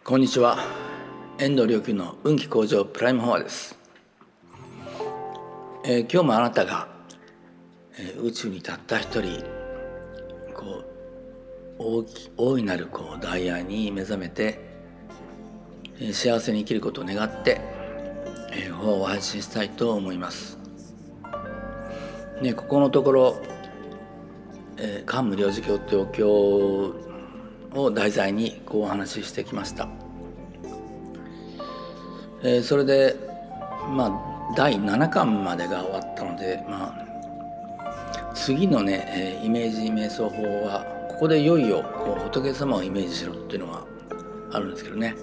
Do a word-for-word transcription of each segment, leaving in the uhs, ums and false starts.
こんにちは。遠藤良久の運気向上プライムフォアです。えー、今日もあなたが、えー、宇宙にたった一人こう 大, き大いなるこう大愛に目覚めて、えー、幸せに生きることを願って、えー、フォアを配信したいと思います。ね、ここのところ、えー、桓武領事教ってお経を題材にこうお話ししてきました。えー、それでまあだいななかんまでが終わったので、まあ、次のね、えー、イメージ瞑想法はここでいよいよこう仏様をイメージしろっていうのがあるんですけどね。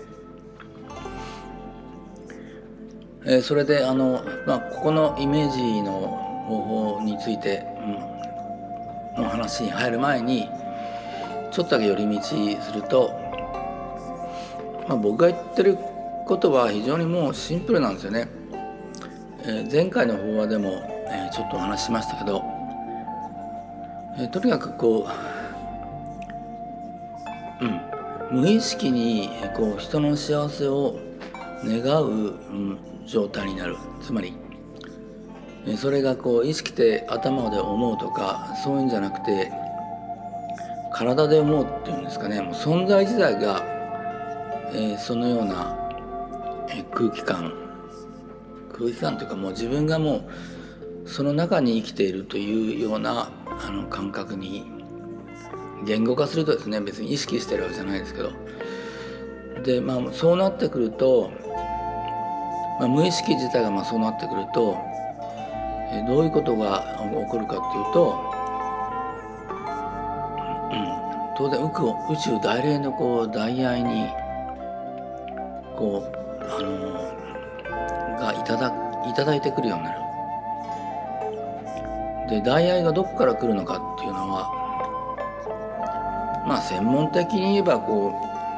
えー、それであの、まあ、ここのイメージの方法について、うん、の話に入る前にちょっとだけ寄り道すると、まあ、僕が言ってることは非常にもうシンプルなんですよね。えー、前回の法話でも、えー、ちょっとお話ししましたけど、えー、とにかくこう、うん、無意識にこう人の幸せを願う、うん、状態になる。つまり、えー、それがこう意識で頭で思うとかそういうんじゃなくて体で思うっていうんですかね。もう存在自体が、えー、そのような、えー、空気感空気感というかもう自分がもうその中に生きているというようなあの感覚に言語化するとですね、別に意識してるわけじゃないですけど、で、まあ、そうなってくると、まあ、無意識自体がまあそうなってくると、えー、どういうことが起こるかっていうと、当然宇宙大霊のこう大愛にこうあのがいただいただいてくるようになる。で、大愛がどこから来るのかっていうのは、まあ専門的に言えばこ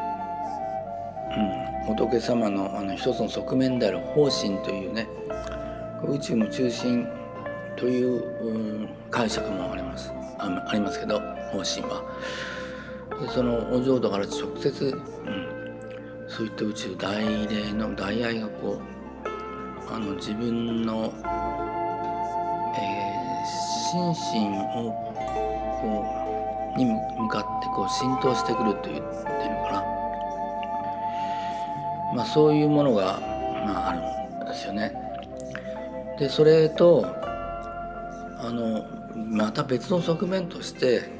う、うん、仏様のあの一つの側面である法身というね、宇宙の中心という、うん、解釈もあります。あ、ありますけど、法身は。でそのお浄土から直接、うん、そういった宇宙大霊の大愛がこうあの自分の、えー、心身をこうに向かってこう浸透してくるというっていうのかな、まあ、そういうものが、まあ、あるんですよね。でそれとあのまた別の側面として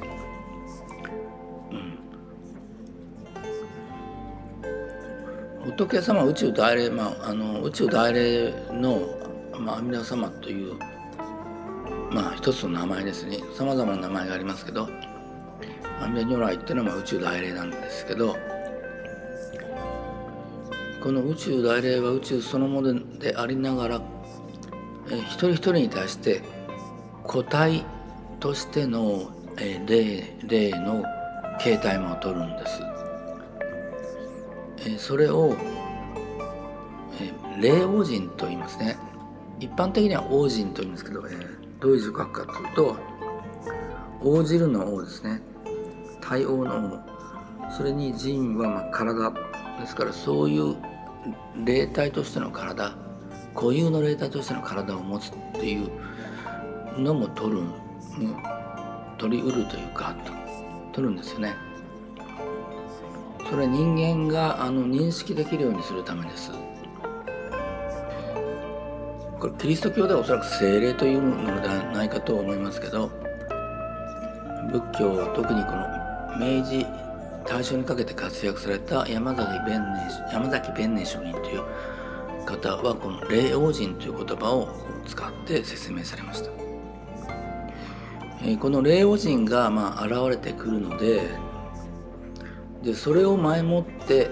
仏様宇宙大霊、まあ、あの宇宙大霊の、まあ、阿弥陀様という、まあ、一つの名前ですね。さまざまな名前がありますけど、阿弥陀如来っていうのはまあ宇宙大霊なんですけど、この宇宙大霊は宇宙そのものでありながら、え一人一人に対して個体としての、え霊、霊の形態も取るんです。それを霊応神と言いますね。一般的には応神と言いますけど、えー、どういう字を書くかというと、応じるの応ですね。対応の応。それに神はまあ体ですから、そういう霊体としての体、固有の霊体としての体を持つっていうのも取る、うん、取りうるというか取るんですよね。それは人間があの認識できるようにするためです。これキリスト教ではおそらく聖霊というのではないかと思いますけど、仏教特にこの明治大正にかけて活躍された山崎弁寧山崎弁寧上人という方はこの霊応神という言葉を使って説明されました。この霊応神がまあ現れてくるので、でそれを前もって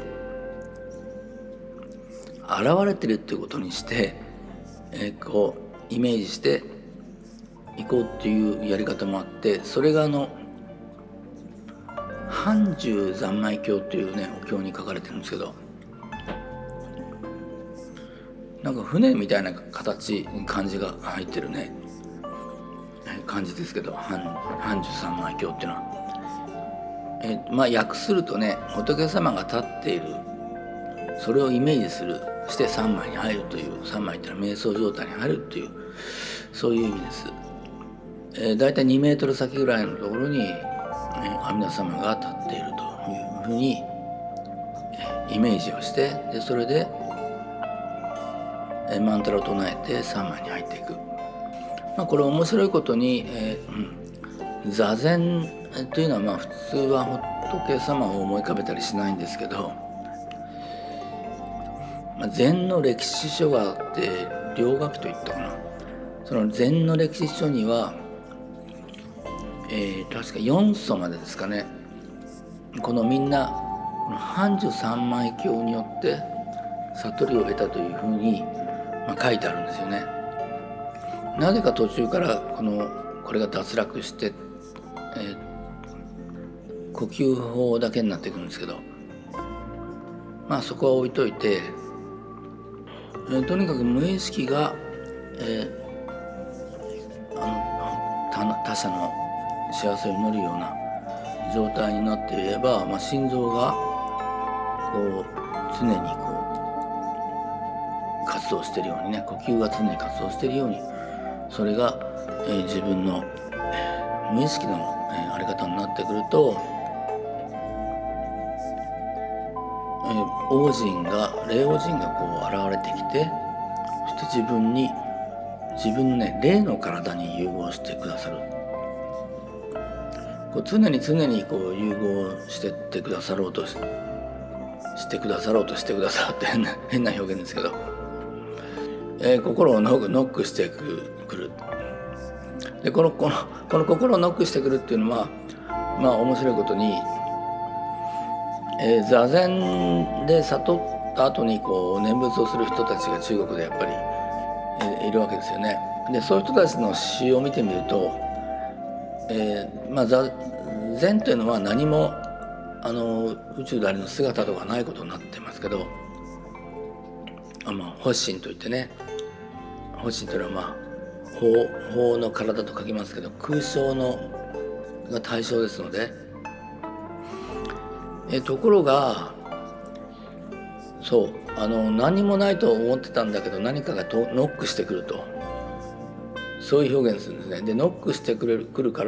現れてるっていうことにして、えー、こうイメージしていこうっていうやり方もあって、それがあの半十三昧経っていうねお経に書かれてるんですけど、なんか船みたいな形漢字が入ってるね漢字ですけど、半半十三昧経っていうのは、えまあ訳するとね、仏様が立っているそれをイメージするして三昧に入るという、三昧というのは瞑想状態に入るという、そういう意味です。えー、だいたいにメートル先ぐらいのところに、えー、阿弥陀様が立っているというふうに、えー、イメージをして、でそれで、えー、マントラを唱えて三昧に入っていく。まあ、これ面白いことに、えーうん、座禅というのはまあ普通は仏様を思い浮かべたりしないんですけど、まあ、禅の歴史書があって、両学といったかな、その禅の歴史書には、えー、確かよん祖までですかね、このみんなこの般寿三昧経によって悟りを得たというふうに、まあ、書いてあるんですよね。なぜか途中からこのこれが脱落して、えー、呼吸法だけになってくるんですけど、まあそこは置いといて、えー、とにかく無意識が、えー、あの 他, 他者の幸せを祈るような状態になっていれば、まあ、心臓がこう常にこう活動しているようにね、呼吸が常に活動しているように、それが、えー、自分の、えー、無意識の、えー、あり方になってくると、えー、王神が霊王神がこう現れてきて、そして自分に自分のね霊の体に融合してくださる。こう常に常にこう融合してってくださろうとししてくださろうとしてくださるって変な変な表現ですけど、えー、心をノック、ノックしてくる。でこのこのこの心をノックしてくるっていうのは、まあ面白いことに、えー、座禅で悟った後にこう念仏をする人たちが中国でやっぱり、えー、いるわけですよね。でそういう人たちの詩を見てみると、えーまあ、座禅というのは何もあの宇宙でありの姿とかないことになってますけど、あ、まあ、発心といってね、発心というのは、まあ、法, 法の体と書きますけど、空想のが対象ですので、えところがそうあの何もないと思ってたんだけど、何かがとノックしてくると、そういう表現するんですね。でノックしてくれる来るから、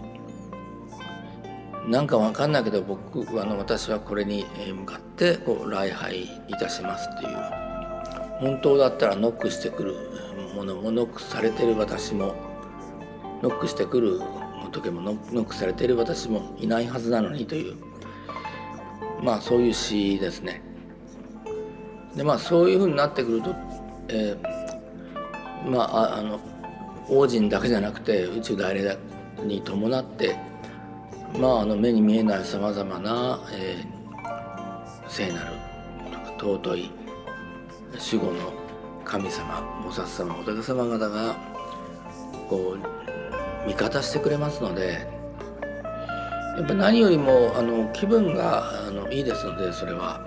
なんかわかんないけど僕あの私はこれに向かってこう礼拝いたしますっていう、本当だったらノックしてくるものもノックされている私も、ノックしてくる仏もノックされている私もいないはずなのにという、まあそういう詩ですね。でまあそういうふうになってくると、えー、まああの王神だけじゃなくて宇宙大霊に伴って、まあ、あの目に見えないさまざまな、えー、聖なるとか尊い守護の神様、菩薩様、仏様方がこう味方してくれますので、やっぱ何よりもあの気分があのいいですので、それは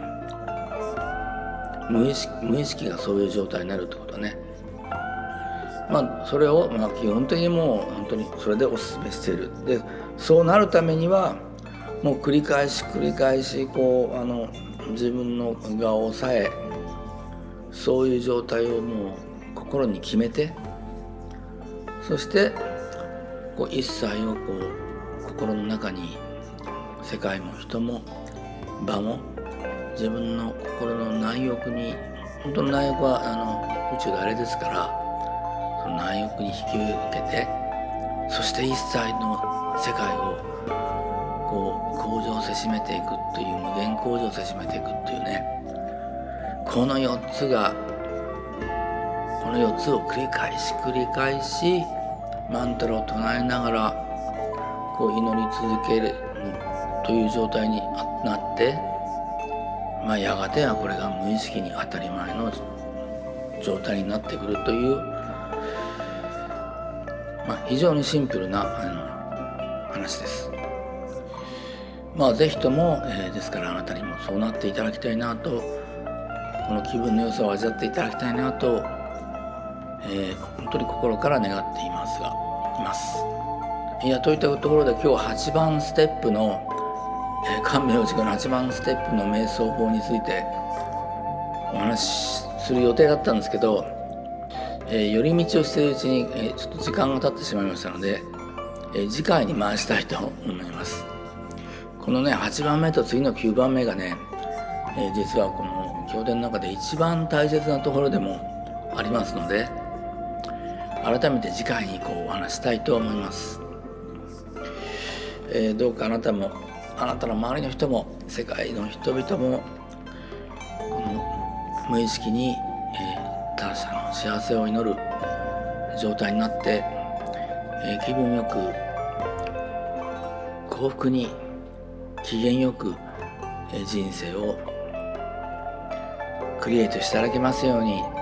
無意識、無意識がそういう状態になるってことはね、まあそれを、まあ、基本的にもう本当にそれでお勧めしている。でそうなるためにはもう繰り返し繰り返しこうあの自分のがを抑え、そういう状態をもう心に決めて、そしてこう一切をこう心の中に世界も人も場も自分の心の内欲に、本当の内欲はあの宇宙であれですから、その内欲に引き受けて、そして一切の世界をこう向上せしめていくという、無限向上せしめていくっていうね、このよっつがこのよっつを繰り返し繰り返しマントラを唱えながらこう祈り続けるという状態になって、まあ、やがてはこれが無意識に当たり前の状態になってくるという、まあ、非常にシンプルなあの話です。まあぜひとも、えー、ですからあなたにもそうなっていただきたいなと、この気分の良さを味わっていただきたいなと、えー、本当に心から願っていますがいます。いやといったところで今日ははちばんステップの、えー、観明寺のはちばんステップの瞑想法についてお話しする予定だったんですけど、えー、寄り道をしているうちに、えー、ちょっと時間が経ってしまいましたので、えー、次回に回したいと思います。このねはちばんめと次のきゅうばんめがね、えー、実はこの経典の中で一番大切なところでもありますので、改めて次回にこうお話したいと思います。えー、どうかあなたもあなたの周りの人も世界の人々もこの無意識に、えー、他者の幸せを祈る状態になって、えー、気分よく幸福に機嫌よく、えー、人生をクリエイトしていただけますように